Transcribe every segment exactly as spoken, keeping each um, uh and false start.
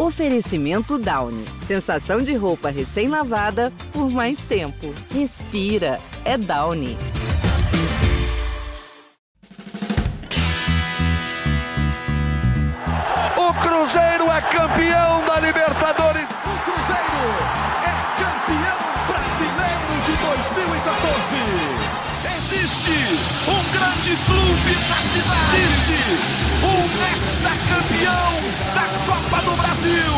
Oferecimento Downy. Sensação de roupa recém-lavada por mais tempo. Respira. É Downy. O Cruzeiro é campeão da Libertadores. O Cruzeiro é campeão brasileiro de dois mil e quatorze. Existe um grande clube na cidade. Existe um hexacampeão da Copa do Brasil.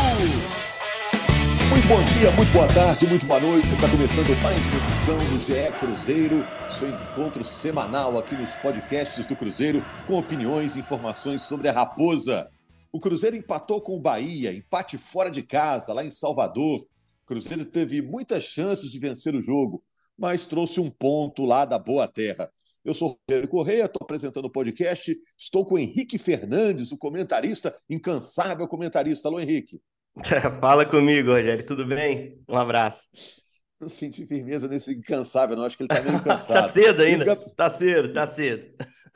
Muito bom dia, muito boa tarde, muito boa noite. Está começando mais uma edição do G E Cruzeiro, seu encontro semanal aqui nos podcasts do Cruzeiro, com opiniões e informações sobre a Raposa. O Cruzeiro empatou com o Bahia, empate fora de casa, lá em Salvador. O Cruzeiro teve muitas chances de vencer o jogo, mas trouxe um ponto lá da Boa Terra. Eu sou o Rogério Correia, estou apresentando o podcast, estou com o Henrique Fernandes, o comentarista, incansável comentarista. Alô, Henrique. Fala comigo, Rogério, tudo bem? Um abraço. Não senti firmeza nesse incansável, não, acho que ele está meio cansado. Tá cedo ainda, Gab... tá cedo, tá cedo.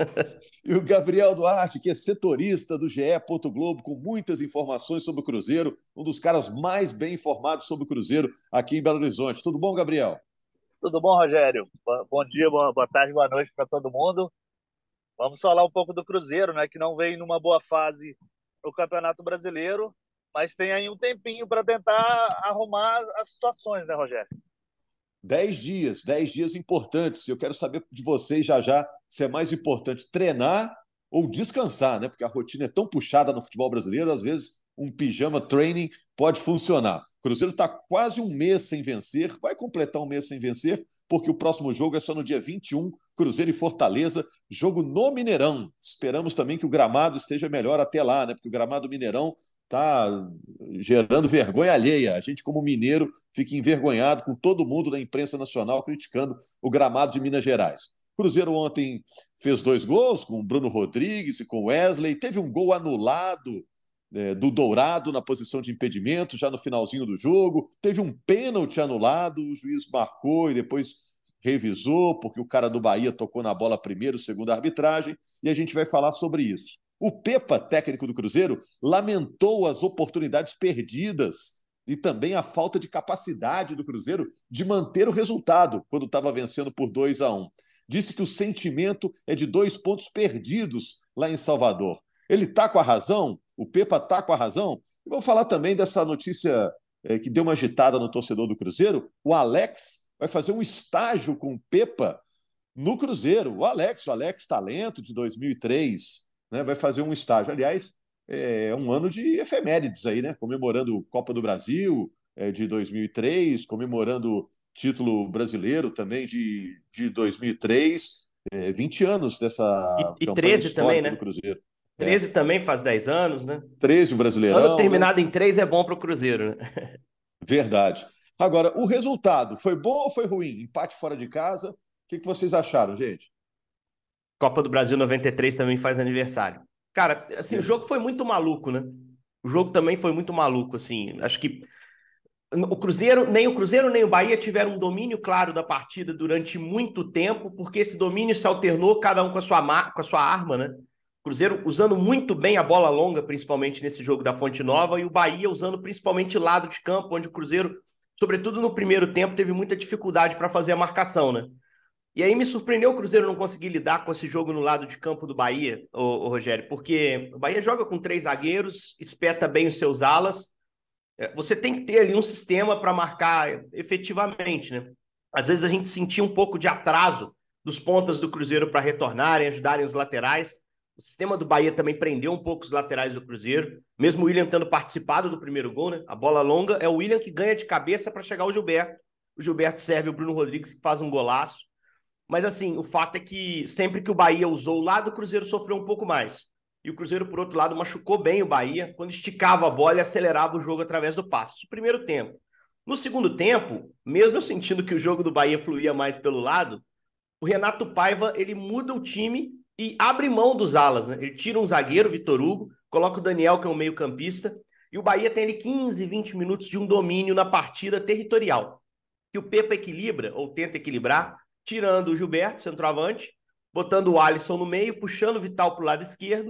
E o Gabriel Duarte, que é setorista do G E. Globo, com muitas informações sobre o Cruzeiro, um dos caras mais bem informados sobre o Cruzeiro aqui em Belo Horizonte. Tudo bom, Gabriel? Tudo bom, Rogério? Bom dia, boa tarde, boa noite para todo mundo. Vamos falar um pouco do Cruzeiro, né, que não vem numa boa fase no Campeonato Brasileiro, mas tem aí um tempinho para tentar arrumar as situações, né, Rogério? Dez dias, dez dias importantes. Eu quero saber de vocês já já se é mais importante treinar ou descansar, né? Porque a rotina é tão puxada no futebol brasileiro, às vezes um pijama training pode funcionar. O Cruzeiro está quase um mês sem vencer, vai completar um mês sem vencer, porque o próximo jogo é só no dia vinte e um, Cruzeiro e Fortaleza, jogo no Mineirão. Esperamos também que o gramado esteja melhor até lá, né? Porque o gramado do Mineirão está gerando vergonha alheia. A gente, como mineiro, fica envergonhado com todo mundo da imprensa nacional criticando o gramado de Minas Gerais. O Cruzeiro ontem fez dois gols, com o Bruno Rodrigues e com o Wesley. Teve um gol anulado é, do Dourado na posição de impedimento, já no finalzinho do jogo. Teve um pênalti anulado, o juiz marcou e depois revisou, porque o cara do Bahia tocou na bola primeiro, segundo a arbitragem, e a gente vai falar sobre isso. O Pepa, técnico do Cruzeiro, lamentou as oportunidades perdidas e também a falta de capacidade do Cruzeiro de manter o resultado quando estava vencendo por dois a um. Disse que o sentimento é de dois pontos perdidos lá em Salvador. Ele está com a razão? O Pepa está com a razão? E vou falar também dessa notícia é, que deu uma agitada no torcedor do Cruzeiro. O Alex vai fazer um estágio com o Pepa no Cruzeiro. O Alex, o Alex Talento de dois mil e três... Né, vai fazer um estágio. Aliás, é um ano de efemérides aí, né? Comemorando Copa do Brasil é, de dois mil e três, comemorando título brasileiro também de, de dois mil e três, é, vinte anos dessa e, e campanha treze histórica também, né? do Cruzeiro. treze é. Também faz dez anos, né? treze o Brasileirão. Ano terminado né? em três é bom para o Cruzeiro, né? Verdade. Agora, o resultado foi bom ou foi ruim? Empate fora de casa. O que, que vocês acharam, gente? Copa do Brasil noventa e três também faz aniversário. Cara, assim, é. o jogo foi muito maluco, né? O jogo também foi muito maluco, assim. Acho que o Cruzeiro, nem o Cruzeiro nem o Bahia tiveram um domínio claro da partida durante muito tempo, porque esse domínio se alternou, cada um com a sua, com a sua arma, né? O Cruzeiro usando muito bem a bola longa, principalmente nesse jogo da Fonte Nova, e o Bahia usando principalmente o lado de campo, onde o Cruzeiro, sobretudo no primeiro tempo, teve muita dificuldade para fazer a marcação, né? E aí me surpreendeu o Cruzeiro não conseguir lidar com esse jogo no lado de campo do Bahia, ô, ô Rogério, porque o Bahia joga com três zagueiros, espeta bem os seus alas. Você tem que ter ali um sistema para marcar efetivamente, né? Às vezes a gente sentia um pouco de atraso dos pontas do Cruzeiro para retornarem, ajudarem os laterais. O sistema do Bahia também prendeu um pouco os laterais do Cruzeiro, mesmo o William tendo participado do primeiro gol, né? A bola longa é o William que ganha de cabeça para chegar ao Gilberto. O Gilberto serve o Bruno Rodrigues, que faz um golaço. Mas, assim, o fato é que sempre que o Bahia usou o lado, o Cruzeiro sofreu um pouco mais. E o Cruzeiro, por outro lado, machucou bem o Bahia quando esticava a bola e acelerava o jogo através do passe. No primeiro tempo. No segundo tempo, mesmo eu sentindo que o jogo do Bahia fluía mais pelo lado, o Renato Paiva, ele muda o time e abre mão dos alas, né? Ele tira um zagueiro, Vitor Hugo, coloca o Daniel, que é um meio-campista, e o Bahia tem ali quinze, vinte minutos de um domínio na partida territorial. Que o Pepa equilibra, ou tenta equilibrar, tirando o Gilberto, centroavante, botando o Alisson no meio, puxando o Vital para o lado esquerdo,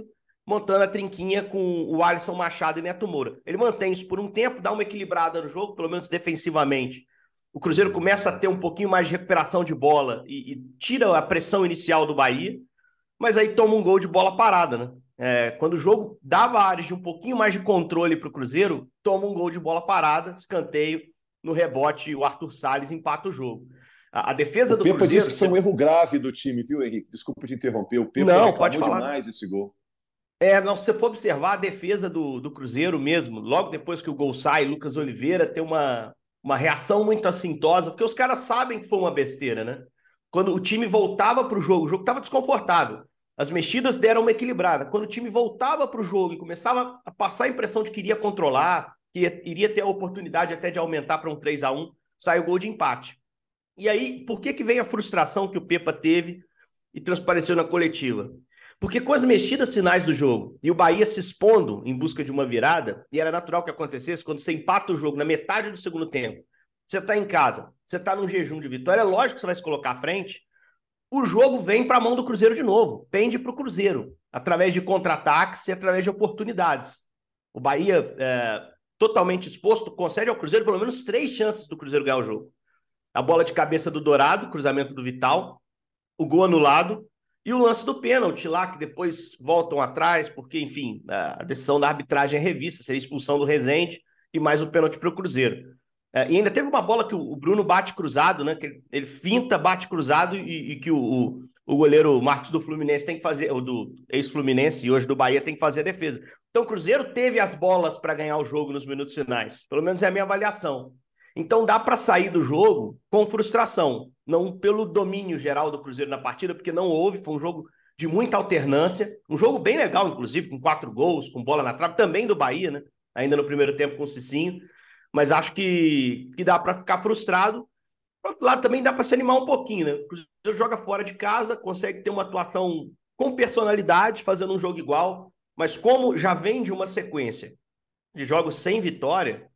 montando a trinquinha com o Alisson Machado e Neto Moura. Ele mantém isso por um tempo, dá uma equilibrada no jogo, pelo menos defensivamente. O Cruzeiro começa a ter um pouquinho mais de recuperação de bola e, e tira a pressão inicial do Bahia, mas aí toma um gol de bola parada, né? É, quando o jogo dava áreas de um pouquinho mais de controle para o Cruzeiro, toma um gol de bola parada, escanteio, no rebote o Arthur Salles empata o jogo. A, a defesa o do Pepa Cruzeiro... disse que foi um erro grave do time, viu, Henrique? Desculpa te interromper. O Pepa Não, pode reclamou falar. demais esse gol. É, não, se você for observar a defesa do, do Cruzeiro mesmo, logo depois que o gol sai, Lucas Oliveira tem uma, uma reação muito assintosa, porque os caras sabem que foi uma besteira, né? Quando o time voltava para o jogo, o jogo estava desconfortável. As mexidas deram uma equilibrada. Quando o time voltava para o jogo e começava a passar a impressão de que iria controlar, que iria ter a oportunidade até de aumentar para um três a um, sai o gol de empate. E aí, por que que vem a frustração que o Pepa teve e transpareceu na coletiva? Porque com as mexidas finais do jogo e o Bahia se expondo em busca de uma virada, e era natural que acontecesse quando você empata o jogo na metade do segundo tempo, você está em casa, você está num jejum de vitória, é lógico que você vai se colocar à frente, o jogo vem para a mão do Cruzeiro de novo, pende para o Cruzeiro, através de contra-ataques e através de oportunidades. O Bahia, é, totalmente exposto, concede ao Cruzeiro pelo menos três chances do Cruzeiro ganhar o jogo. A bola de cabeça do Dourado, cruzamento do Vital, o gol anulado e o lance do pênalti lá, que depois voltam atrás, porque, enfim, a decisão da arbitragem é revista, seria a expulsão do Rezende e mais o pênalti para o Cruzeiro. É, e ainda teve uma bola que o Bruno bate cruzado, né? Que ele, ele finta, bate cruzado e, e que o, o, o goleiro Marcos do Fluminense tem que fazer, ou do ex-Fluminense e hoje do Bahia tem que fazer a defesa. Então o Cruzeiro teve as bolas para ganhar o jogo nos minutos finais. Pelo menos é a minha avaliação. Então dá para sair do jogo com frustração, não pelo domínio geral do Cruzeiro na partida, porque não houve, foi um jogo de muita alternância, um jogo bem legal, inclusive, com quatro gols, com bola na trave, também do Bahia, né? Ainda no primeiro tempo com o Cicinho. Mas acho que, que dá para ficar frustrado. Por outro lado, também dá para se animar um pouquinho, né? O Cruzeiro joga fora de casa, consegue ter uma atuação com personalidade, fazendo um jogo igual, mas como já vem de uma sequência de jogos sem vitória,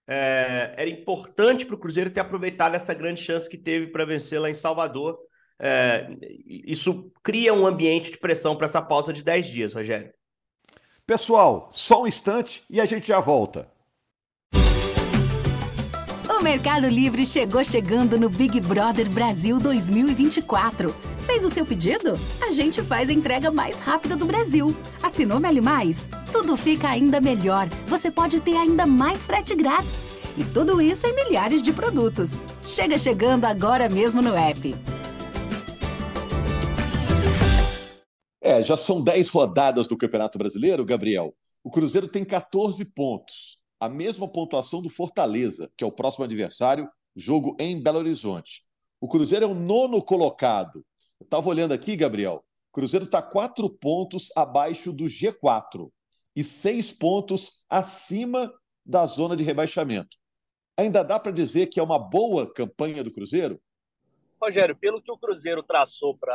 é, era importante para o Cruzeiro ter aproveitado essa grande chance que teve para vencer lá em Salvador. É, isso cria um ambiente de pressão para essa pausa de dez dias, Rogério. Pessoal, só um instante e a gente já volta. O Mercado Livre chegou chegando no Big Brother Brasil dois mil e vinte e quatro. Fez o seu pedido? A gente faz a entrega mais rápida do Brasil. Assinou Meli Mais? Tudo fica ainda melhor. Você pode ter ainda mais frete grátis. E tudo isso em milhares de produtos. Chega chegando agora mesmo no app. É, já são dez rodadas do Campeonato Brasileiro, Gabriel. O Cruzeiro tem catorze pontos. A mesma pontuação do Fortaleza, que é o próximo adversário, jogo em Belo Horizonte. O Cruzeiro é o nono colocado. Eu estava olhando aqui, Gabriel, o Cruzeiro está quatro pontos abaixo do G quatro e seis pontos acima da zona de rebaixamento. Ainda dá para dizer que é uma boa campanha do Cruzeiro? Rogério, pelo que o Cruzeiro traçou para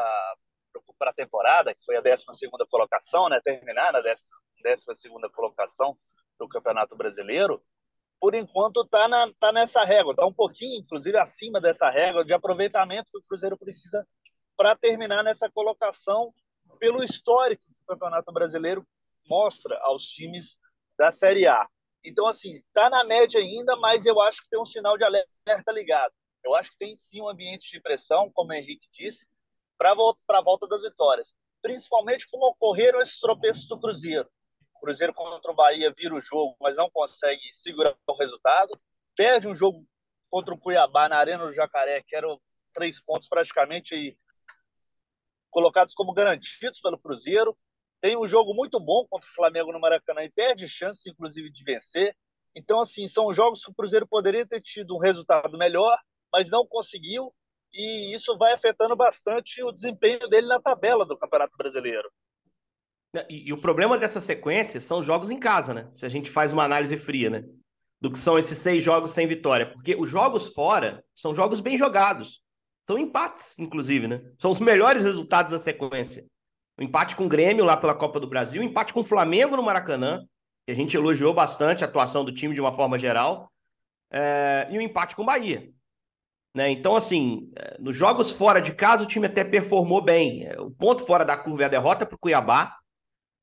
a temporada, que foi a décima segunda colocação, né, terminar na décima segunda colocação do Campeonato Brasileiro, por enquanto está tá nessa régua, está um pouquinho, inclusive, acima dessa régua de aproveitamento que o Cruzeiro precisa para terminar nessa colocação pelo histórico que o Campeonato Brasileiro mostra aos times da Série A. Então, assim, está na média ainda, mas eu acho que tem um sinal de alerta ligado. Eu acho que tem sim um ambiente de pressão, como o Henrique disse, para a volta das vitórias. Principalmente como ocorreram esses tropeços do Cruzeiro. O Cruzeiro contra o Bahia vira o jogo, mas não consegue segurar o resultado. Perde um jogo contra o Cuiabá na Arena do Jacaré, que eram três pontos praticamente colocados como garantidos pelo Cruzeiro. Tem um jogo muito bom contra o Flamengo no Maracanã e perde chance, inclusive, de vencer. Então, assim, são jogos que o Cruzeiro poderia ter tido um resultado melhor, mas não conseguiu. E isso vai afetando bastante o desempenho dele na tabela do Campeonato Brasileiro. E, e o problema dessa sequência são os jogos em casa, né? Se a gente faz uma análise fria, né? Do que são esses seis jogos sem vitória. Porque os jogos fora são jogos bem jogados. São empates, inclusive, né? São os melhores resultados da sequência. O empate com o Grêmio lá pela Copa do Brasil, o empate com o Flamengo no Maracanã, que a gente elogiou bastante a atuação do time de uma forma geral, é... e o empate com o Bahia. Né? Então, assim, nos jogos fora de casa o time até performou bem. O ponto fora da curva é a derrota para o Cuiabá,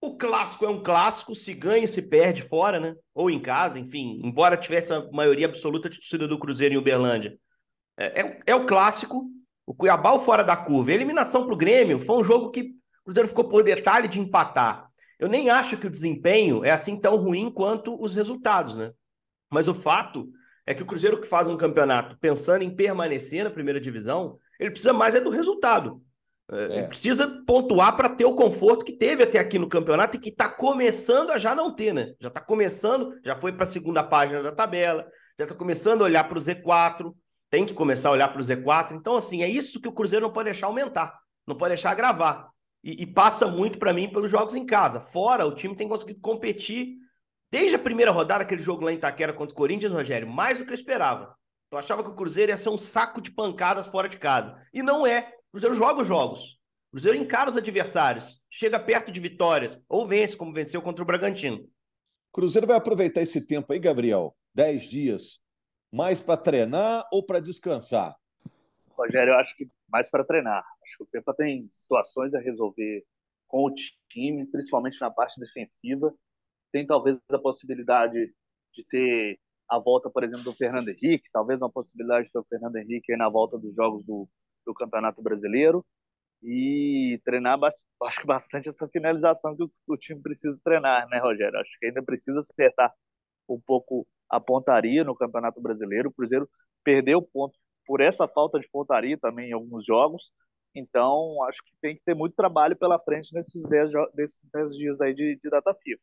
O clássico é um clássico, se ganha e se perde fora, né? Ou em casa, enfim, embora tivesse a maioria absoluta de torcida do Cruzeiro em Uberlândia. É, é, é o clássico, o Cuiabá o fora da curva. A eliminação para o Grêmio foi um jogo que o Cruzeiro ficou por detalhe de empatar. Eu nem acho que o desempenho é assim tão ruim quanto os resultados, né? Mas o fato é que o Cruzeiro que faz um campeonato pensando em permanecer na primeira divisão, ele precisa mais é do resultado. É. Ele precisa pontuar para ter o conforto que teve até aqui no campeonato e que está começando a já não ter, né? Já está começando, já foi para a segunda página da tabela, já está começando a olhar para o Z quatro, tem que começar a olhar para o Z quatro. Então, assim, é isso que o Cruzeiro não pode deixar aumentar, não pode deixar agravar. E, e passa muito para mim pelos jogos em casa. Fora, o time tem conseguido competir desde a primeira rodada, aquele jogo lá em Itaquera contra o Corinthians, Rogério, mais do que eu esperava. Eu achava que o Cruzeiro ia ser um saco de pancadas fora de casa. E não é. O Cruzeiro joga os jogos. O Cruzeiro encara os adversários. Chega perto de vitórias. Ou vence, como venceu contra o Bragantino. O Cruzeiro vai aproveitar esse tempo aí, Gabriel, dez dias, mais para treinar ou para descansar? Rogério, eu acho que mais para treinar. Acho que o Pepa tem situações a resolver com o time, principalmente na parte defensiva. Tem talvez a possibilidade de ter a volta, por exemplo, do Fernando Henrique, talvez uma possibilidade de ter o Fernando Henrique aí na volta dos jogos do, do Campeonato Brasileiro, e treinar, acho que bastante essa finalização que o, o time precisa treinar, né, Rogério? Acho que ainda precisa acertar um pouco a pontaria no Campeonato Brasileiro. O Cruzeiro perdeu pontos por essa falta de pontaria também em alguns jogos, então acho que tem que ter muito trabalho pela frente nesses dez dias aí de, de data FIFA.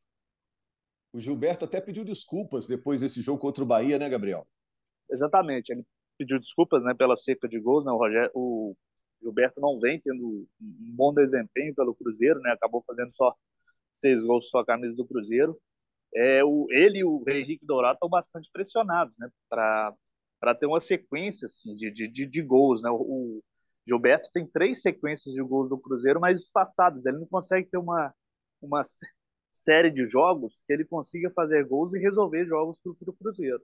O Gilberto até pediu desculpas depois desse jogo contra o Bahia, né, Gabriel? Exatamente, ele pediu desculpas, né, pela seca de gols, né? O, Rogério, o Gilberto não vem tendo um bom desempenho pelo Cruzeiro, né? Acabou fazendo só seis gols com a camisa do Cruzeiro. É, o, ele e o Henrique Dourado estão bastante pressionados, né, para ter uma sequência assim, de, de, de gols, né? O, o Gilberto tem três sequências de gols do Cruzeiro, mas espaçadas. Ele não consegue ter uma, uma série de jogos que ele consiga fazer gols e resolver jogos para o Cruzeiro.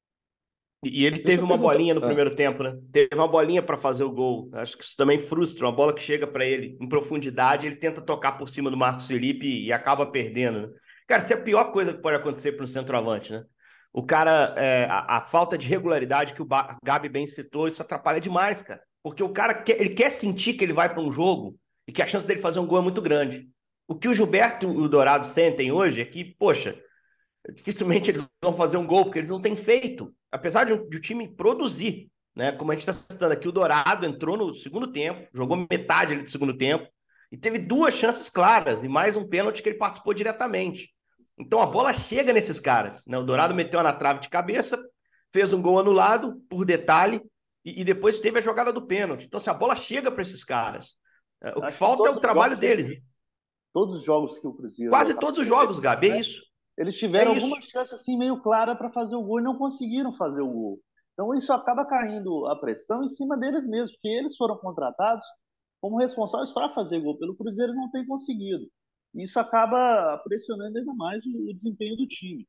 E ele teve uma bolinha no primeiro tempo, né? Teve uma bolinha para fazer o gol. Acho que isso também frustra. Uma bola que chega para ele em profundidade, ele tenta tocar por cima do Marcos Felipe e acaba perdendo, né? Cara, isso é a pior coisa que pode acontecer para um centroavante, né? O cara, é, a, a falta de regularidade que o Gabi bem citou, isso atrapalha demais, cara. Porque o cara quer, ele quer sentir que ele vai para um jogo e que a chance dele fazer um gol é muito grande. O que o Gilberto e o Dourado sentem hoje é que, poxa, dificilmente eles vão fazer um gol, porque eles não têm feito. Apesar de o, de o time produzir, né? Como a gente está citando aqui, o Dourado entrou no segundo tempo, jogou metade ali do segundo tempo, e teve duas chances claras, e mais um pênalti que ele participou diretamente. Então a bola chega nesses caras, né? O Dourado meteu na trave de cabeça, fez um gol anulado, por detalhe, e, e depois teve a jogada do pênalti. Então, se a bola chega para esses caras, o que Acho falta que é o trabalho deles. Sempre, todos os jogos que o Cruzeiro... Quase todos os jogos, Gabi, é isso. Eles tiveram é alguma chance assim meio clara para fazer o gol e não conseguiram fazer o gol. Então isso acaba caindo a pressão em cima deles mesmos, porque eles foram contratados como responsáveis para fazer gol pelo Cruzeiro e não tem conseguido. Isso acaba pressionando ainda mais o, o desempenho do time.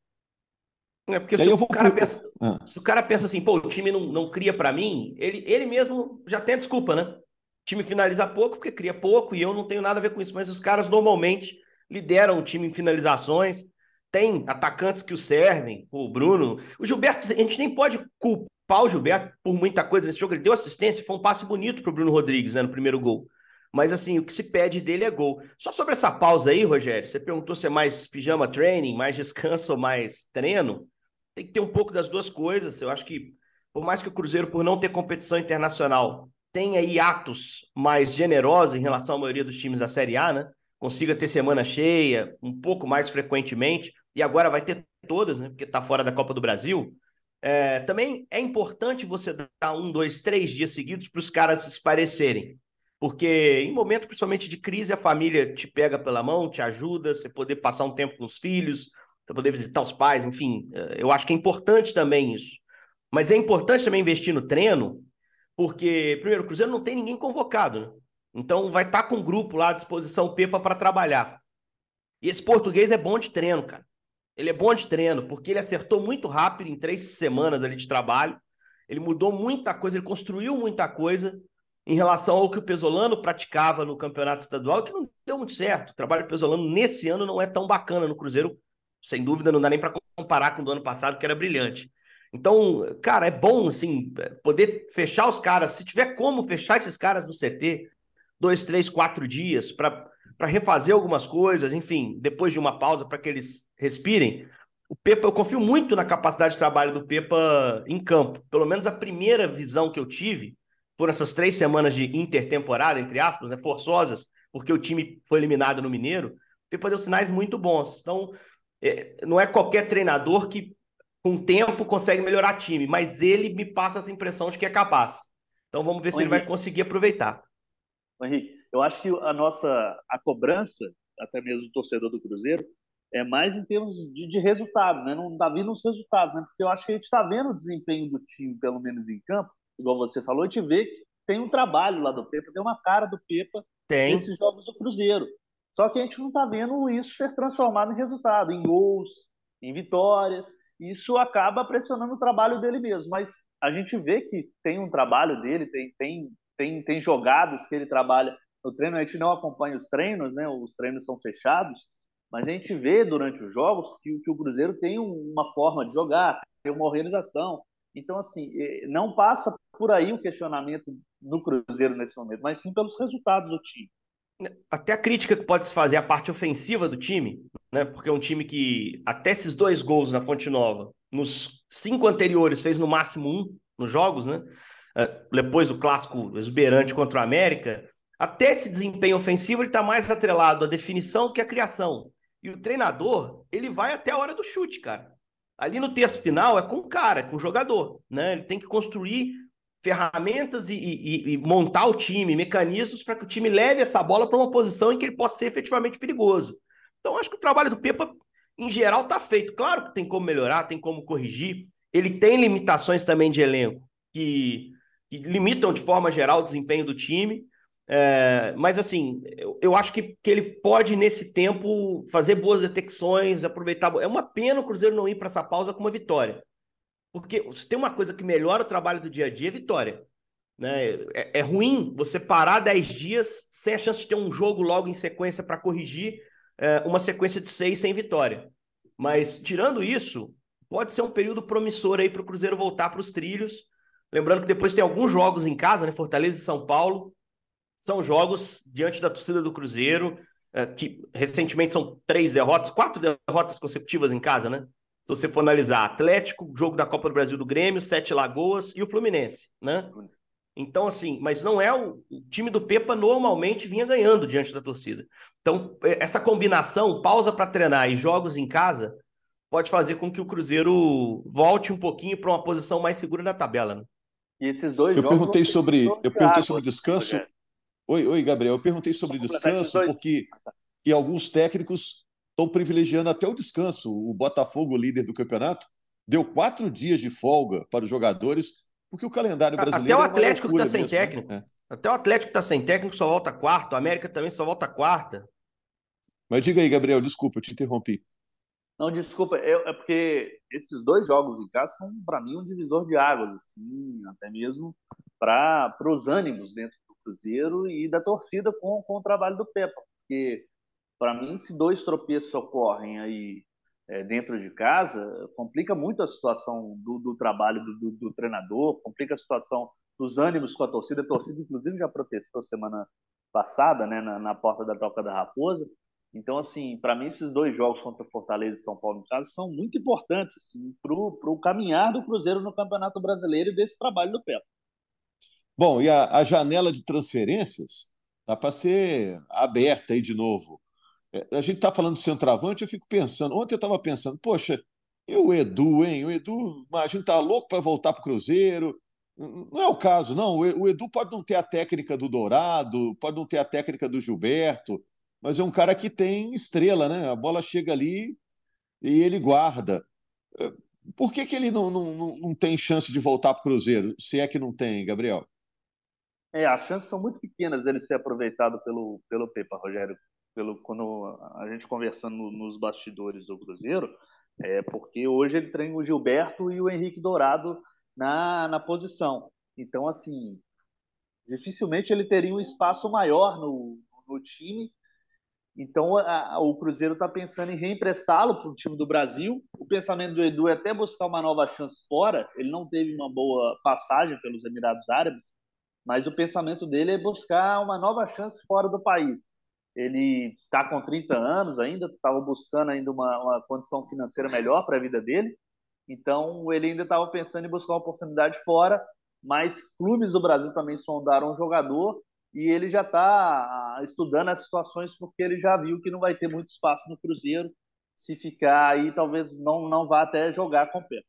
É porque se o, cara pensa, ah. se o cara pensa assim, pô, o time não, não cria para mim, ele, ele mesmo já tem a desculpa, né? O time finaliza pouco porque cria pouco e eu não tenho nada a ver com isso, mas os caras normalmente lideram o time em finalizações. Tem atacantes que o servem, o Bruno. O Gilberto, a gente nem pode culpar o Gilberto por muita coisa nesse jogo. Ele deu assistência, foi um passe bonito para o Bruno Rodrigues, né, no primeiro gol. Mas, assim, o que se pede dele é gol. Só sobre essa pausa aí, Rogério, você perguntou se é mais pijama training, mais descanso ou mais treino. Tem que ter um pouco das duas coisas. Eu acho que, por mais que o Cruzeiro, por não ter competição internacional, tenha aí atos mais generosos em relação à maioria dos times da Série A, né? Consiga ter semana cheia, um pouco mais frequentemente, e agora vai ter todas, né, porque está fora da Copa do Brasil. É, também é importante você dar um, dois, três dias seguidos para os caras se parecerem, porque em momento principalmente de crise, a família te pega pela mão, te ajuda, você poder passar um tempo com os filhos, você poder visitar os pais, enfim, eu acho que é importante também isso. Mas é importante também investir no treino, porque, primeiro, o Cruzeiro não tem ninguém convocado, né? Então vai estar com o grupo lá à disposição, o Pepa, para trabalhar. E esse português é bom de treino, cara. Ele é bom de treino, porque ele acertou muito rápido em três semanas ali de trabalho. Ele mudou muita coisa, ele construiu muita coisa em relação ao que o Pesolano praticava no campeonato estadual, que não deu muito certo. O trabalho do Pesolano nesse ano não é tão bacana no Cruzeiro, sem dúvida, não dá nem para comparar com o do ano passado, que era brilhante. Então, cara, é bom, assim, poder fechar os caras, se tiver como fechar esses caras no C T, dois, três, quatro dias, para refazer algumas coisas, enfim, depois de uma pausa, para que eles respirem. O Pepa, eu confio muito na capacidade de trabalho do Pepa em campo. Pelo menos a primeira visão que eu tive foram essas três semanas de intertemporada, entre aspas, né, forçosas, porque o time foi eliminado no Mineiro. O Pepa deu sinais muito bons. Então, é, não é qualquer treinador que, com o tempo, consegue melhorar time, mas ele me passa essa impressão de que é capaz. Então, vamos ver Ô, se ele Henrique, vai conseguir aproveitar. ô, Henrique, eu acho que a nossa a cobrança, até mesmo do torcedor do Cruzeiro, é mais em termos de, de resultado, né? Não está vindo os resultados, né? Porque eu acho que a gente está vendo o desempenho do time, pelo menos em campo, igual você falou, a gente vê que tem um trabalho lá do Pepa, tem uma cara do Pepa Tem. nesses jogos do Cruzeiro. Só que a gente não está vendo isso ser transformado em resultado, em gols, em vitórias. Isso acaba pressionando o trabalho dele mesmo. Mas a gente vê que tem um trabalho dele, tem, tem, tem, tem jogadas que ele trabalha no treino. A gente não acompanha os treinos, né? Os treinos são fechados, mas a gente vê durante os jogos que, que o Cruzeiro tem uma forma de jogar, tem uma organização. Então, assim, não passa por aí o questionamento no Cruzeiro nesse momento, mas sim pelos resultados do time. Até a crítica que pode se fazer à parte ofensiva do time, né? Porque é um time que, até esses dois gols na Fonte Nova, nos cinco anteriores, fez no máximo um nos jogos, né? Depois do clássico exuberante contra o América, até esse desempenho ofensivo ele está mais atrelado à definição do que à criação. E o treinador, ele vai até a hora do chute, cara. Ali no terço final é com o cara, é com o jogador, né? Ele tem que construir ferramentas e, e, e montar o time, mecanismos para que o time leve essa bola para uma posição em que ele possa ser efetivamente perigoso. Então, acho que o trabalho do Pepa, em geral, está feito. Claro que tem como melhorar, tem como corrigir. Ele tem limitações também de elenco que, que limitam, de forma geral, o desempenho do time. É, mas, assim, eu, eu acho que, que ele pode, nesse tempo, fazer boas detecções, aproveitar. É uma pena o Cruzeiro não ir para essa pausa com uma vitória. Porque se tem uma coisa que melhora o trabalho do dia a dia, é vitória. Né? É, é ruim você parar dez dias sem a chance de ter um jogo logo em sequência para corrigir é, uma sequência de seis sem vitória. Mas, tirando isso, pode ser um período promissor aí para o Cruzeiro voltar para os trilhos. Lembrando que depois tem alguns jogos em casa, né? Fortaleza e São Paulo. São jogos diante da torcida do Cruzeiro, é, que recentemente são três derrotas, quatro derrotas consecutivas em casa, né? Se você for analisar, Atlético, jogo da Copa do Brasil do Grêmio, Sete Lagoas e o Fluminense, né? Então, assim, mas não é o, o time do Pepa normalmente vinha ganhando diante da torcida. Então, essa combinação, pausa para treinar e jogos em casa, pode fazer com que o Cruzeiro volte um pouquinho para uma posição mais segura na tabela, né? E esses dois Eu jogos perguntei vão ser sobre, divisor eu de perguntei sobre águas, descanso. Rogério. Oi, oi, Gabriel. Eu perguntei Só sobre completar esses descanso dois. porque que alguns técnicos estão privilegiando até o descanso. O Botafogo, líder do campeonato, deu quatro dias de folga para os jogadores, porque o calendário Até brasileiro o é uma Atlético que loucura está sem mesmo, né? técnico. É. Até o Atlético que está sem técnico só volta quarto. O América também só volta quarta. Mas diga aí, Gabriel, desculpa, eu te interrompi. Não, desculpa, eu- é porque esses dois jogos em casa são, para mim, um divisor de águas, assim, até mesmo para os ânimos dentro do Cruzeiro e da torcida com, com o trabalho do Pepa. Porque, para mim, se dois tropeços ocorrem aí é, dentro de casa, complica muito a situação do, do trabalho do, do, do treinador, complica a situação dos ânimos com a torcida. A torcida, inclusive, já protestou semana passada, né, na, na porta da Toca da Raposa. Então, assim, para mim, esses dois jogos contra Fortaleza e São Paulo em casa são muito importantes assim, para o caminhar do Cruzeiro no Campeonato Brasileiro e desse trabalho do Pepa. Bom, e a, a janela de transferências tá para ser aberta aí de novo. É, a gente está falando de centroavante, eu fico pensando. Ontem eu estava pensando, poxa, e o Edu, hein? O Edu, a gente tá louco para voltar para o Cruzeiro. Não é o caso, não. O Edu pode não ter a técnica do Dourado, pode não ter a técnica do Gilberto, mas é um cara que tem estrela, né? A bola chega ali e ele guarda. Por que, que ele não, não, não tem chance de voltar para o Cruzeiro? Se é que não tem, Gabriel? É, as chances são muito pequenas dele ser aproveitado pelo, pelo Pepa, Rogério. Pelo, quando a gente conversando nos bastidores do Cruzeiro, é porque hoje ele treina o Gilberto e o Henrique Dourado na, na posição. Então, assim, dificilmente ele teria um espaço maior no, no time Então, a, a, o Cruzeiro está pensando em reemprestá-lo para o time do Brasil. O pensamento do Edu é até buscar uma nova chance fora. Ele não teve uma boa passagem pelos Emirados Árabes, mas o pensamento dele é buscar uma nova chance fora do país. Ele está com trinta anos ainda, estava buscando ainda uma, uma condição financeira melhor para a vida dele. Então, ele ainda estava pensando em buscar uma oportunidade fora, mas clubes do Brasil também sondaram o jogador e ele já está estudando as situações porque ele já viu que não vai ter muito espaço no Cruzeiro. Se ficar aí, talvez não, não vá até jogar com o pé.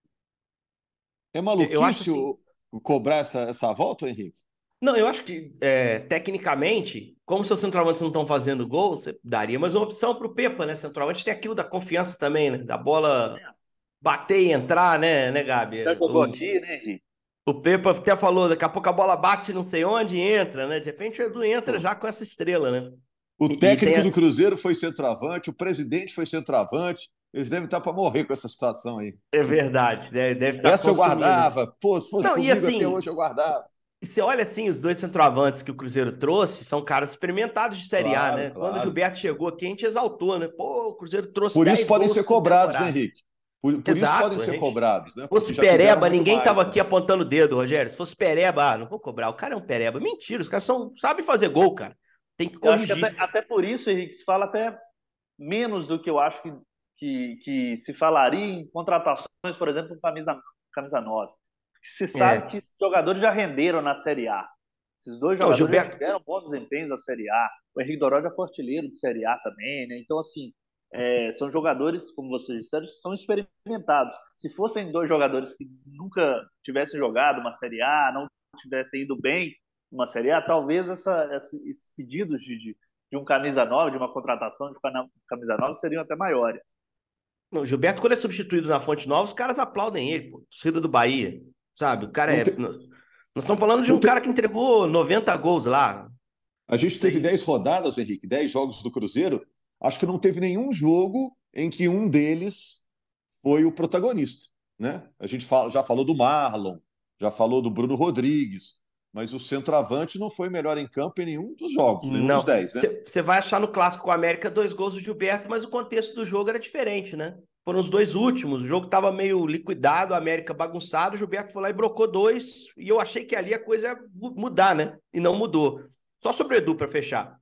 É Eu acho maluquice assim. cobrar essa, essa volta, Henrique? Não, eu acho que, é, tecnicamente, como seus centroavantes não estão fazendo gol, você daria mais uma opção para o Pepa, né? Centroavante tem aquilo da confiança também, né? Da bola bater e entrar, né, né, Gabi? Já jogou O, aqui, né, Henrique? o Pepa até falou, daqui a pouco a bola bate não sei onde e entra, né? De repente o Edu entra Pô, já com essa estrela, né? o E, e tem técnico a... do Cruzeiro foi centroavante, o presidente foi centroavante. Eles devem estar para morrer com essa situação aí. É verdade, né? Deve estar Essa eu consumindo. guardava. Pô, se fosse Não, e comigo até assim, hoje eu guardava. e você olha assim, os dois centroavantes que o Cruzeiro trouxe são caras experimentados de Série A, Claro, né? Quando o claro. Gilberto chegou aqui, a gente exaltou, né? Pô, o Cruzeiro trouxe Por isso dez podem gols ser essa cobrados, né, temporada. Henrique? Por, por isso podem Exato, a ser gente. cobrados, Se né? Porque fosse já fizeram Pereba, muito ninguém mais tava aqui também. apontando o dedo, Rogério. Se fosse Pereba, ah, não vou cobrar. O cara é um Pereba. Mentira, os caras são, sabem fazer gol, cara. Tem que Eu acho que até, corrigir. até por isso, Henrique, se fala até menos do que eu acho que, que, que se falaria em contratações, por exemplo, com camisa, camisa nove. Se sabe É. que esses jogadores já renderam na Série A. Esses dois Não, o jogadores já Gilberto. tiveram bons desempenhos na Série A. O Henrique Doró já foi artilheiro de Série A também, né? Então, assim, é, são jogadores, como vocês disseram, são experimentados. Se fossem dois jogadores que nunca tivessem jogado uma Série A, não tivessem ido bem numa Série A, talvez essa, essa, esses pedidos de, de, de um camisa nova, de uma contratação de camisa nova, seriam até maiores. Não, o Gilberto, quando é substituído na Fonte Nova, os caras aplaudem ele, pô. Torcida do Bahia. Sabe? O cara Não é. te- Nós estamos falando de não um cara te- que entregou noventa gols lá. A gente teve Tem... dez rodadas, Henrique, dez jogos do Cruzeiro. Acho que não teve nenhum jogo em que um deles foi o protagonista, né? A gente fala- já falou do Marlon, já falou do Bruno Rodrigues, mas o centroavante não foi melhor em campo em nenhum dos jogos, nenhum dos Não. dez, né? Você vai achar no Clássico América dois gols do Gilberto, mas o contexto do jogo era diferente, né? Foram os dois últimos. O jogo estava meio liquidado, a América bagunçado. O Gilberto foi lá e brocou dois. E eu achei que ali a coisa ia mudar, né? E não mudou. Só sobre o Edu, para fechar.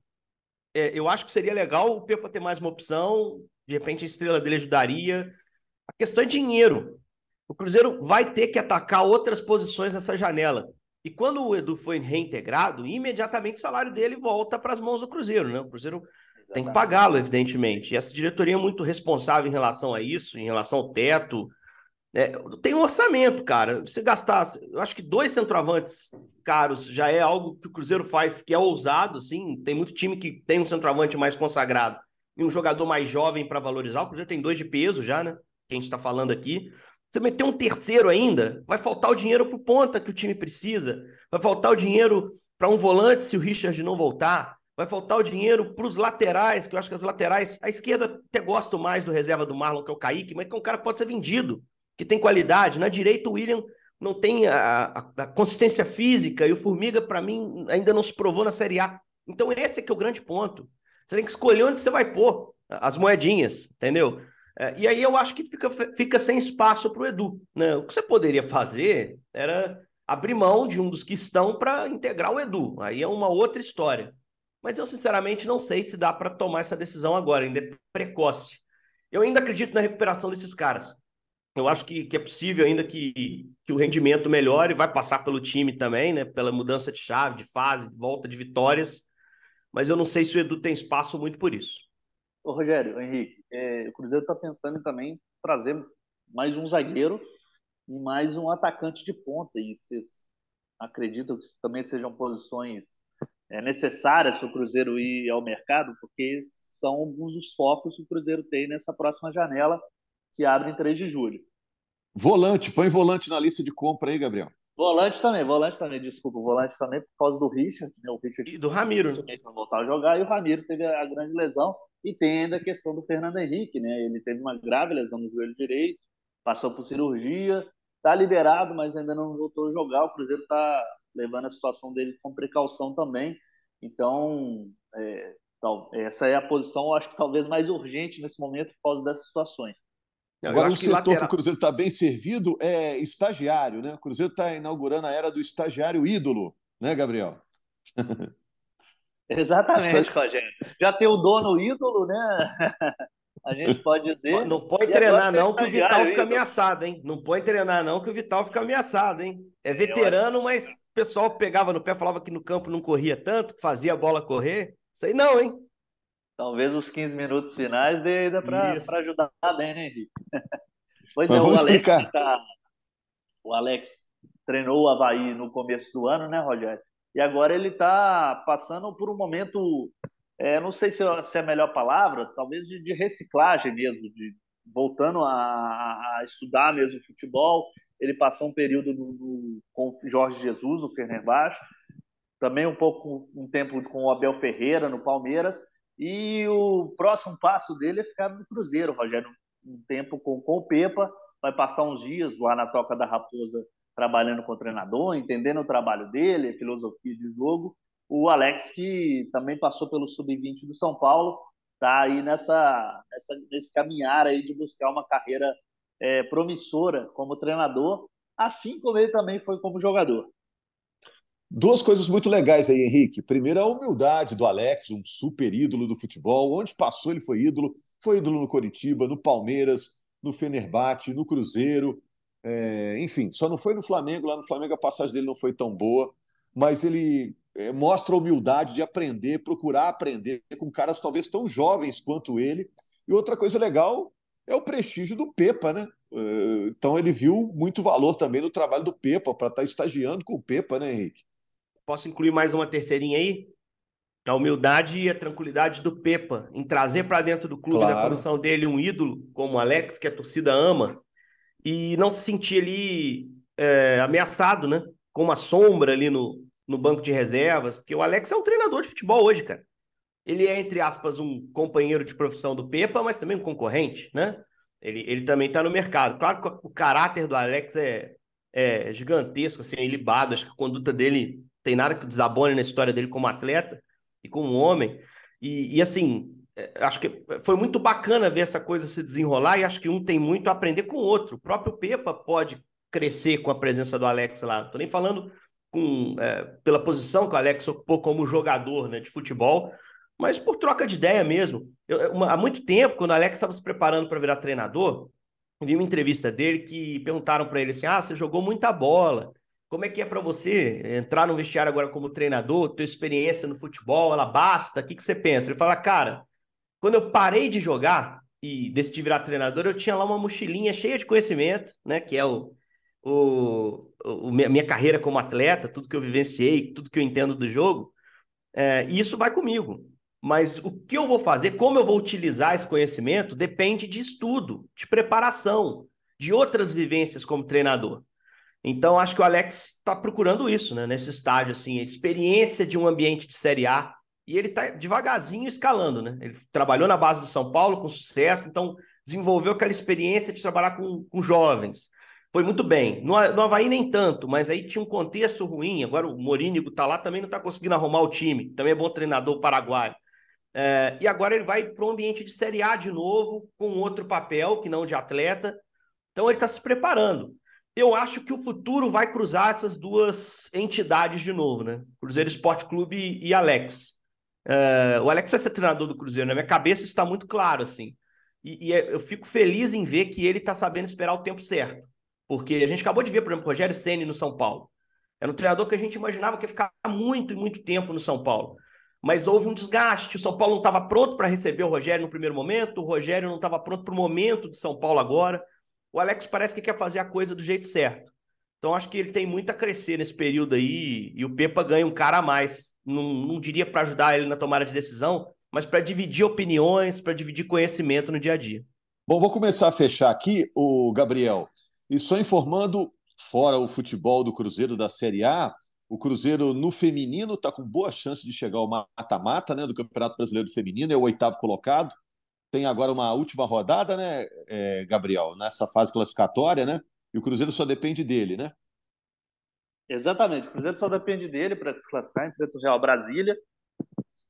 É, eu acho que seria legal o Pepa ter mais uma opção. De repente a estrela dele ajudaria. A questão é dinheiro. O Cruzeiro vai ter que atacar outras posições nessa janela. E quando o Edu foi reintegrado, imediatamente o salário dele volta para as mãos do Cruzeiro, né? O Cruzeiro tem que pagá-lo, evidentemente. E essa diretoria é muito responsável em relação a isso, em relação ao teto. É, tem um orçamento, cara. Se gastar, eu acho que dois centroavantes caros já é algo que o Cruzeiro faz que é ousado, assim. Tem muito time que tem um centroavante mais consagrado e um jogador mais jovem para valorizar. O Cruzeiro tem dois de peso já, né? Que a gente está falando aqui. Você meter um terceiro ainda, vai faltar o dinheiro para o ponta que o time precisa. Vai faltar o dinheiro para um volante se o Richard não voltar. Vai faltar o dinheiro para os laterais, que eu acho que as laterais... A esquerda até gosto mais do reserva do Marlon, que é o Kaique, mas que é um cara que pode ser vendido, que tem qualidade. Na direita, o William não tem a, a, a consistência física e o Formiga, para mim, ainda não se provou na Série A. Então esse é que é o grande ponto. Você tem que escolher onde você vai pôr as moedinhas, entendeu? É, e aí eu acho que fica, fica sem espaço para o Edu, né? O que você poderia fazer era abrir mão de um dos que estão para integrar o Edu. Aí é uma outra história. Mas eu, sinceramente, não sei se dá para tomar essa decisão agora, ainda é precoce. Eu ainda acredito na recuperação desses caras. Eu acho que, que é possível ainda que, que o rendimento melhore, vai passar pelo time também, né? Pela mudança de chave, de fase, volta de vitórias. Mas eu não sei se o Edu tem espaço muito por isso. Ô, Rogério, Henrique, é, o Cruzeiro está pensando em também trazer mais um zagueiro e mais um atacante de ponta. E vocês acreditam que também sejam posições é, necessárias para o Cruzeiro ir ao mercado? Porque são alguns dos focos que o Cruzeiro tem nessa próxima janela, que abre em três de julho. Volante, põe volante na lista de compra aí, Gabriel. Volante também, volante também, desculpa, volante também por causa do Richard, né? O Richard E do Ramiro. dificilmente vai voltar a jogar, e o Ramiro teve a grande lesão, e tem ainda a questão do Fernando Henrique, né? Ele teve uma grave lesão no joelho direito, passou por cirurgia, está liberado, mas ainda não voltou a jogar. O Cruzeiro está levando a situação dele com precaução também. Então, é, Então, essa é a posição, eu acho que talvez mais urgente nesse momento por causa dessas situações. Agora, um setor lateral... que o Cruzeiro está bem servido é estagiário, né? O Cruzeiro está inaugurando a era do estagiário ídolo, né, Gabriel? Exatamente, Está... Rogério. Já tem o dono ídolo, né? A gente pode dizer. Não pode treinar, não, que o Vital fica ameaçado, hein? Não pode treinar, não, que o Vital fica ameaçado, hein? É veterano, mas o pessoal pegava no pé, falava que no campo não corria tanto, que fazia a bola correr. Isso aí não, hein? Talvez os quinze minutos finais dê ainda para ajudar bem, né, Henrique? Pois mas é, vamos o Alex, explicar. Tá... o Alex treinou o Avaí no começo do ano, né, Rogério? E agora ele está passando por um momento, é, não sei se é a melhor palavra, talvez de, de reciclagem mesmo, de voltando a, a estudar mesmo futebol. Ele passou um período no, no, com o Jorge Jesus, no Fenerbahçe, também um pouco um tempo com o Abel Ferreira, no Palmeiras, e o próximo passo dele é ficar no Cruzeiro, Rogério, um tempo com, com o Pepa, vai passar uns dias lá na Toca da Raposa, trabalhando com o treinador, entendendo o trabalho dele, a filosofia de jogo. O Alex, que também passou pelo sub vinte do São Paulo, está aí nessa, nessa, nesse caminhar aí de buscar uma carreira é, promissora como treinador, assim como ele também foi como jogador. Duas coisas muito legais aí, Henrique. Primeiro, a humildade do Alex, um super ídolo do futebol. Onde passou, ele foi ídolo. Foi ídolo no Coritiba, no Palmeiras, no Fenerbahçe, no Cruzeiro. É, enfim, só não foi no Flamengo. Lá no Flamengo a passagem dele não foi tão boa, mas ele é, mostra a humildade de aprender, procurar aprender com caras talvez tão jovens quanto ele. E outra coisa legal é o prestígio do Pepa, né? É, então ele viu muito valor também no trabalho do Pepa, para estar estagiando com o Pepa, né, Henrique? Posso incluir mais uma terceirinha aí? A humildade e a tranquilidade do Pepa em trazer para dentro do clube, claro, da comissão dele, um ídolo como o Alex, que a torcida ama, e não se sentir ali é, ameaçado, né? Com uma sombra ali no, no banco de reservas, porque o Alex é um treinador de futebol hoje, cara. Ele é, entre aspas, um companheiro de profissão do Pepa, mas também um concorrente, né? Ele, ele também está no mercado. Claro que o caráter do Alex é, é gigantesco, assim, é ilibado. Acho que a conduta dele tem nada que desabone na história dele como atleta e como homem. E, e assim, acho que foi muito bacana ver essa coisa se desenrolar, e acho que um tem muito a aprender com o outro. O próprio Pepa pode crescer com a presença do Alex lá. Não estou nem falando com, é, pela posição que o Alex ocupou como jogador, né, de futebol, mas por troca de ideia mesmo. Eu, uma, há muito tempo, quando o Alex estava se preparando para virar treinador, eu vi uma entrevista dele que perguntaram para ele assim, ah, você jogou muita bola, como é que é para você entrar no vestiário agora como treinador, tua experiência no futebol, ela basta, o que, que você pensa? Ele fala, cara, quando eu parei de jogar e decidi virar treinador, eu tinha lá uma mochilinha cheia de conhecimento, né, que é o, o, o, a minha carreira como atleta, tudo que eu vivenciei, tudo que eu entendo do jogo, é, e isso vai comigo. Mas o que eu vou fazer, como eu vou utilizar esse conhecimento, depende de estudo, de preparação, de outras vivências como treinador. Então, acho que o Alex está procurando isso, né? Nesse estágio, assim, a experiência de um ambiente de Série A. E ele está devagarzinho escalando, né? Ele trabalhou na base do São Paulo com sucesso, então desenvolveu aquela experiência de trabalhar com, com jovens. Foi muito bem. No, no Avaí nem tanto, mas aí tinha um contexto ruim. Agora o Morínigo está lá, também não está conseguindo arrumar o time. Também é bom treinador paraguaio. É, e agora ele vai para um ambiente de Série A de novo, com outro papel, que não de atleta. Então ele está se preparando. Eu acho que o futuro vai cruzar essas duas entidades de novo, né? Cruzeiro Esporte Clube e Alex. É, o Alex vai ser treinador do Cruzeiro, na minha cabeça isso está muito claro, assim. E, e eu fico feliz em ver que ele está sabendo esperar o tempo certo. Porque a gente acabou de ver, por exemplo, o Rogério Ceni no São Paulo. Era um treinador que a gente imaginava que ia ficar muito e muito tempo no São Paulo. Mas houve um desgaste, o São Paulo não estava pronto para receber o Rogério no primeiro momento, o Rogério não estava pronto para o momento do São Paulo agora. O Alex parece que quer fazer a coisa do jeito certo. Então, acho que ele tem muito a crescer nesse período aí, e o Pepa ganha um cara a mais. Não, não diria para ajudar ele na tomada de decisão, mas para dividir opiniões, para dividir conhecimento no dia a dia. Bom, vou começar a fechar aqui, o Gabriel, e só informando, fora o futebol do Cruzeiro da Série A, o Cruzeiro no feminino está com boa chance de chegar ao mata-mata, né, do Campeonato Brasileiro do Feminino, é o oitavo colocado. Tem agora uma última rodada, né, é, Gabriel, nessa fase classificatória, né? E o Cruzeiro só depende dele, né? Exatamente, o Cruzeiro só depende dele para se classificar, enfrenta o Real Brasília.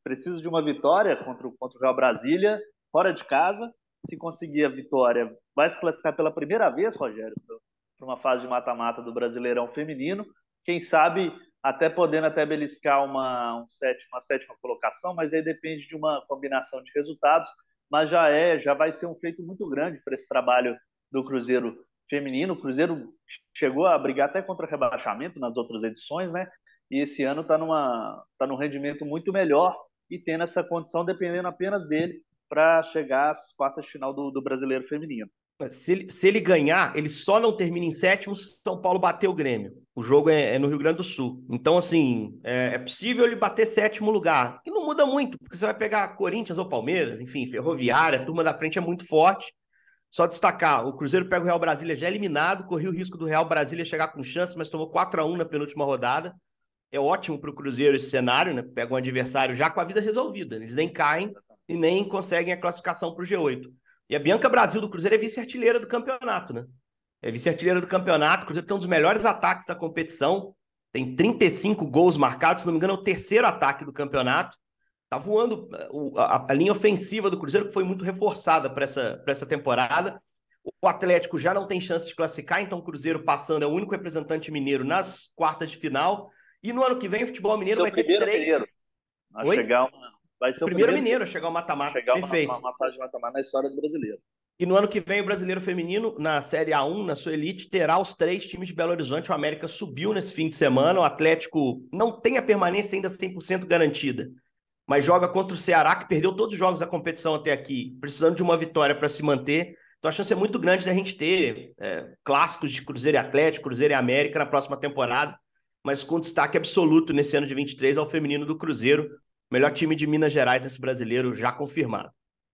precisa de uma vitória contra o, contra o Real Brasília, fora de casa. Se conseguir a vitória, vai se classificar pela primeira vez, Rogério, para uma fase de mata-mata do Brasileirão Feminino. Quem sabe até podendo até beliscar uma, um sétima, uma sétima colocação, mas aí depende de uma combinação de resultados. Mas já é, já vai ser um feito muito grande para esse trabalho do Cruzeiro feminino. O Cruzeiro chegou a brigar até contra rebaixamento nas outras edições, né? E esse ano está numa, tá num rendimento muito melhor e tendo essa condição dependendo apenas dele para chegar às quartas de final do, do Brasileiro Feminino. Se ele, se ele ganhar, ele só não termina em sétimo se São Paulo bater o Grêmio. O jogo é, é no Rio Grande do Sul. Então, assim, é, é possível ele bater sétimo lugar. E não muda muito, porque você vai pegar Corinthians ou Palmeiras, enfim, Ferroviária, a turma da frente é muito forte. Só destacar, o Cruzeiro pega o Real Brasília já eliminado, correu o risco do Real Brasília chegar com chance, mas tomou quatro a um na penúltima rodada. É ótimo para o Cruzeiro esse cenário, né? Pega um adversário já com a vida resolvida. Eles nem caem e nem conseguem a classificação para o G oito. E a Bianca Brasil do Cruzeiro é vice-artilheira do campeonato, né? É vice-artilheira do campeonato. O Cruzeiro tem um dos melhores ataques da competição. Tem trinta e cinco gols marcados. Se não me engano, é o terceiro ataque do campeonato. Tá voando a, a linha ofensiva do Cruzeiro, que foi muito reforçada para essa, para essa temporada. O Atlético já não tem chance de classificar, então o Cruzeiro passando é o único representante mineiro nas quartas de final. E no ano que vem o futebol mineiro vai ter três... Mineiro. Vai chegar uma... Vai ser o primeiro, primeiro mineiro a chegar ao mata-mata. Chegar Perfeito. Uma, uma fase de mata-mata na história do brasileiro. E no ano que vem o Brasileiro Feminino, na Série A um, na sua elite, terá os três times de Belo Horizonte. O América subiu nesse fim de semana. O Atlético não tem a permanência ainda cem por cento garantida, mas joga contra o Ceará, que perdeu todos os jogos da competição até aqui, precisando de uma vitória para se manter. Então a chance é muito grande da gente ter é, clássicos de Cruzeiro e Atlético, Cruzeiro e América na próxima temporada, mas com destaque absoluto nesse ano de vinte e três ao feminino do Cruzeiro. Melhor time de Minas Gerais nesse brasileiro já confirmado.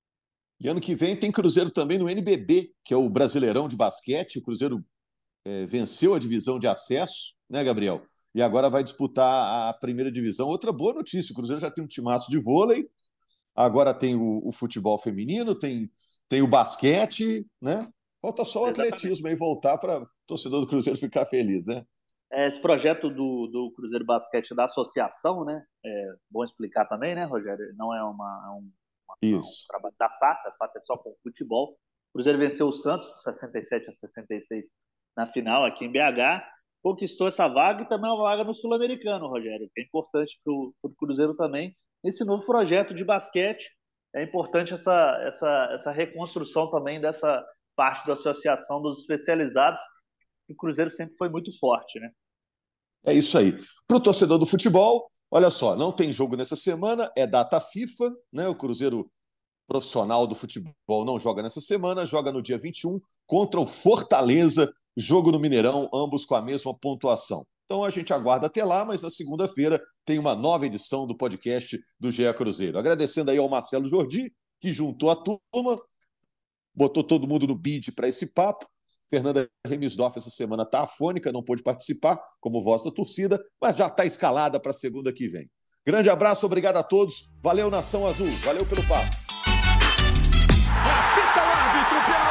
E ano que vem tem Cruzeiro também no N B B, que é o Brasileirão de Basquete. O Cruzeiro é, venceu a divisão de acesso, né, Gabriel? E agora vai disputar a primeira divisão. Outra boa notícia, o Cruzeiro já tem um timaço de vôlei, agora tem o, o futebol feminino, tem, tem o basquete, né? Falta só o atletismo aí voltar para o torcedor do Cruzeiro ficar feliz, né? Esse projeto do, do Cruzeiro Basquete da associação, né? É bom explicar também, né, Rogério? Não é uma, um, uma, Isso. um trabalho da S A T, a S A T é só com futebol. O Cruzeiro venceu o Santos por sessenta e sete a sessenta e seis na final aqui em B H, conquistou essa vaga e também uma vaga no Sul-Americano, Rogério, que é importante para o Cruzeiro também. Esse novo projeto de basquete, é importante essa, essa, essa reconstrução também dessa parte da associação dos especializados. O Cruzeiro sempre foi muito forte, né? É isso aí. Para o torcedor do futebol, olha só, não tem jogo nessa semana, é data FIFA, né? O Cruzeiro profissional do futebol não joga nessa semana, joga no dia vinte e um contra o Fortaleza, jogo no Mineirão, ambos com a mesma pontuação. Então a gente aguarda até lá, mas na segunda-feira tem uma nova edição do podcast do G E Cruzeiro. Agradecendo aí ao Marcelo Jordi, que juntou a turma, botou todo mundo no bid para esse papo. Fernanda Remisdorf essa semana está afônica, não pôde participar como voz da torcida, mas já está escalada para a segunda que vem. Grande abraço, obrigado a todos. Valeu, Nação Azul. Valeu pelo papo. Apita o árbitro pela